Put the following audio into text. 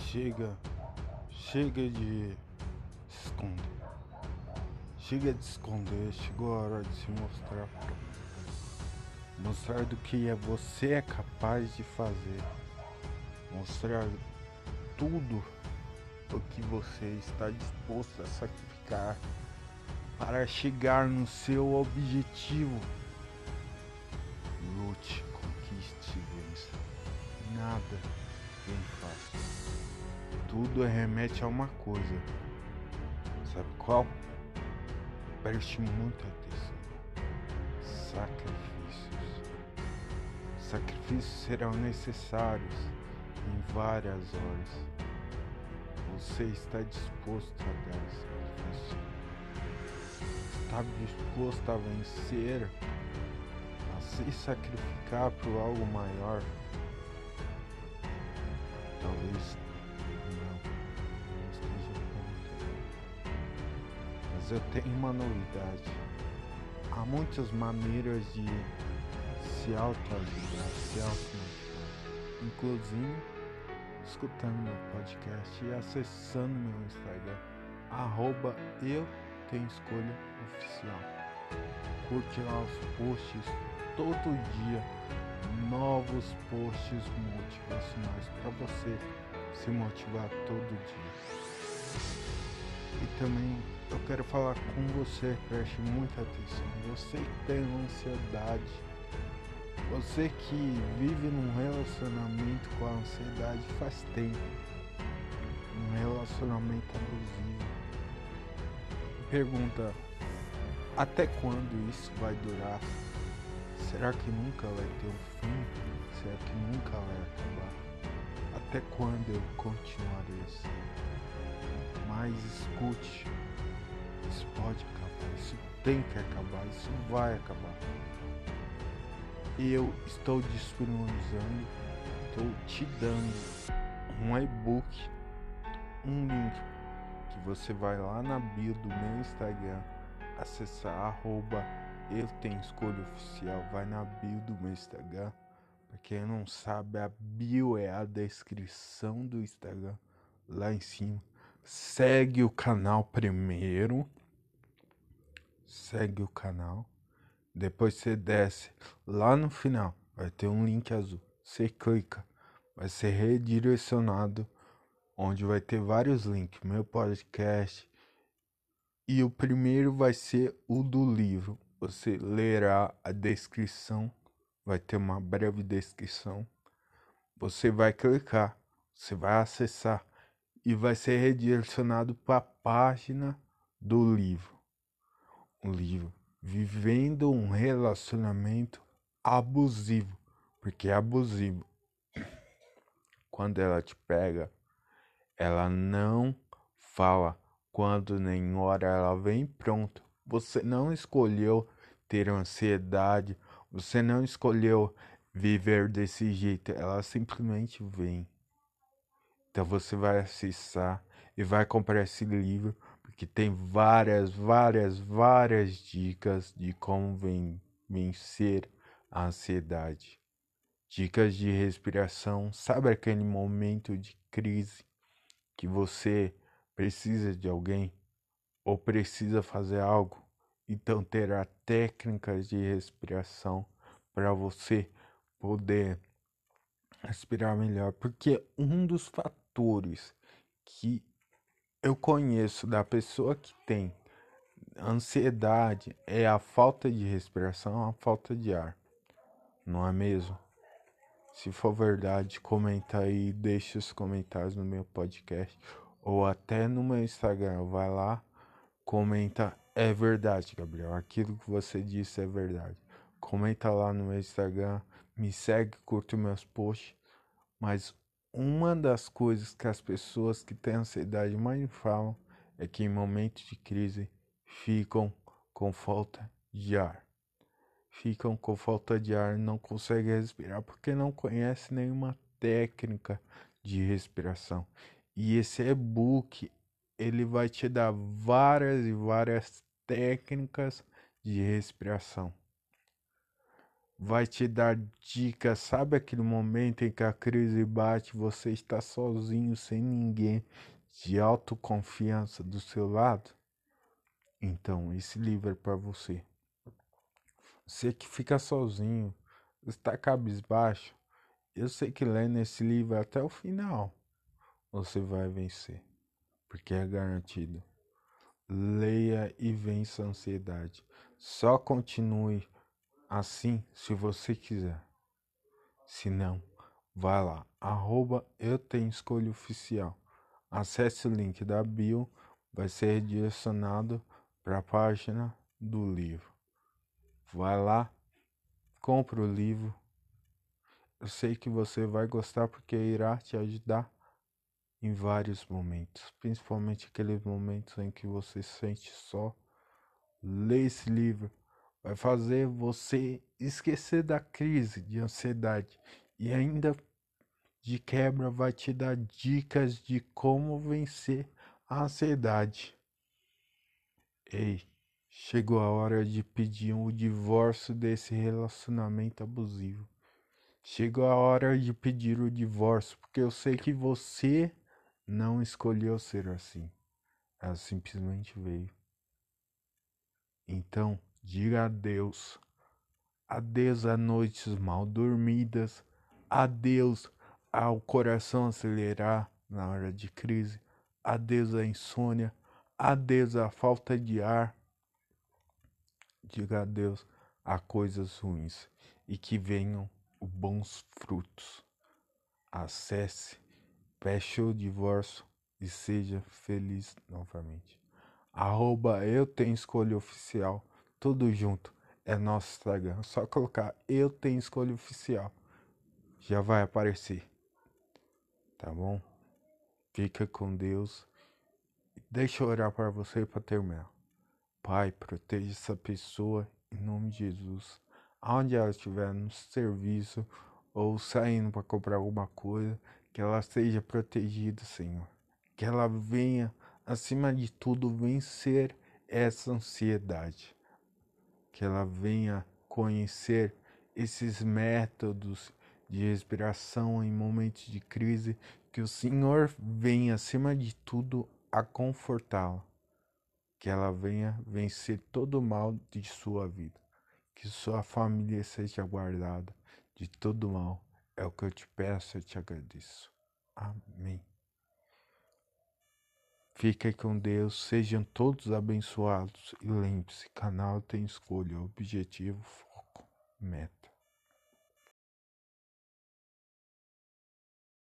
Chega, chega de se esconder. Chega de se esconder, chegou a hora de se mostrar. Mostrar do que você é capaz de fazer. Mostrar tudo o que você está disposto a sacrificar para chegar no seu objetivo. Lute, conquiste e vença. Nada vem fácil. Tudo remete a uma coisa. Sabe qual? Preste muita atenção. Sacrifícios. Sacrifícios serão necessários em várias horas. Você está disposto a dar sacrifício? Está disposto a vencer? A se sacrificar por algo maior? Talvez não esteja pronto. Mas eu tenho uma novidade. Há muitas maneiras de se autoajudar, se automotivar. Inclusive, escutando meu podcast e acessando meu Instagram, @EuTenhoEscolhaOficial. Curte lá os posts todo dia, novos posts motivacionais para você se motivar todo dia. E também eu quero falar com você, preste muita atenção. Você que tem ansiedade, você que vive num relacionamento com a ansiedade faz tempo, um relacionamento abusivo, pergunta: até quando isso vai durar? Será que nunca vai ter um fim? Será que nunca vai acabar? Até quando eu continuarei assim? Mas escute, isso pode acabar, isso tem que acabar, isso vai acabar. Eu estou disponibilizando, estou te dando um e-book, um link que você vai lá na bio do meu Instagram, acessar @EuTenhoEscolhaOficial, vai na bio do meu Instagram. Pra quem não sabe, a bio é a descrição do Instagram, lá em cima. Segue o canal primeiro, segue o canal. Depois você desce lá no final, vai ter um link azul. Você clica, vai ser redirecionado, onde vai ter vários links, meu podcast. E o primeiro vai ser o do livro. Você lerá a descrição, vai ter uma breve descrição. Você vai clicar, você vai acessar e vai ser redirecionado para a página do livro. O livro Vivendo um Relacionamento Abusivo, porque é abusivo. Quando ela te pega, ela não fala quando nem hora, ela vem pronto. Você não escolheu ter ansiedade, você não escolheu viver desse jeito, ela simplesmente vem. Então você vai acessar e vai comprar esse livro, porque tem várias dicas de como vencer a ansiedade. Dicas de respiração, sabe aquele momento de crise que você precisa de alguém ou precisa fazer algo? Então terá técnicas de respiração para você poder respirar melhor, porque um dos fatores que eu conheço da pessoa que tem ansiedade é a falta de respiração, a falta de ar, não é mesmo? Se for verdade, comenta aí, deixa os comentários no meu podcast ou até no meu Instagram, vai lá, comenta, é verdade, Gabriel, aquilo que você disse é verdade. Comenta lá no meu Instagram, me segue, curte meus posts. Mas uma das coisas que as pessoas que têm ansiedade mais falam é que em momentos de crise ficam com falta de ar. Ficam com falta de ar, não conseguem respirar porque não conhecem nenhuma técnica de respiração. E esse e-book, ele vai te dar várias técnicas de respiração. vai te dar dicas. Sabe aquele momento em que a crise bate, você está sozinho, sem ninguém de autoconfiança do seu lado? Então, esse livro é para você. Você que fica sozinho, está cabisbaixo, eu sei que lendo esse livro até o final, você vai vencer, porque é garantido. Leia e vença a ansiedade. Só continue assim se você quiser. Se não, vai lá, eu tenho escolha oficial. Acesse o link da bio, vai ser redirecionado para a página do livro. Vai lá, compra o livro. Eu sei que você vai gostar porque irá te ajudar em vários momentos, principalmente aqueles momentos em que você se sente só. Lê esse livro, vai fazer você esquecer da crise de ansiedade e ainda de quebra vai te dar dicas de como vencer a ansiedade. Ei, chegou a hora de pedir o divórcio desse relacionamento abusivo. Chegou a hora de pedir o divórcio, porque eu sei que você não escolheu ser assim. Ela simplesmente veio. Então, diga adeus. Adeus a noites mal dormidas. Adeus ao coração acelerar na hora de crise. Adeus à insônia. Adeus à falta de ar. Diga adeus a coisas ruins e que venham os bons frutos. Acesse, peça o divórcio e seja feliz novamente. Eu tenho escolha oficial, tudo junto. É nosso Instagram. Só colocar eu tenho escolha oficial. Já vai aparecer. Tá bom? Fica com Deus. Deixa eu orar para você para terminar. Pai, proteja essa pessoa em nome de Jesus. Aonde ela estiver no serviço ou saindo para comprar alguma coisa, que ela seja protegida, Senhor. Que ela venha, acima de tudo, vencer essa ansiedade. Que ela venha conhecer esses métodos de respiração em momentos de crise. Que o Senhor venha, acima de tudo, a confortá-la. Que ela venha vencer todo o mal de sua vida. Que sua família seja guardada de todo o mal. É o que eu te peço e te agradeço. Amém. Fiquem com Deus, sejam todos abençoados e lembre-se, canal tem escolha, objetivo, foco, meta.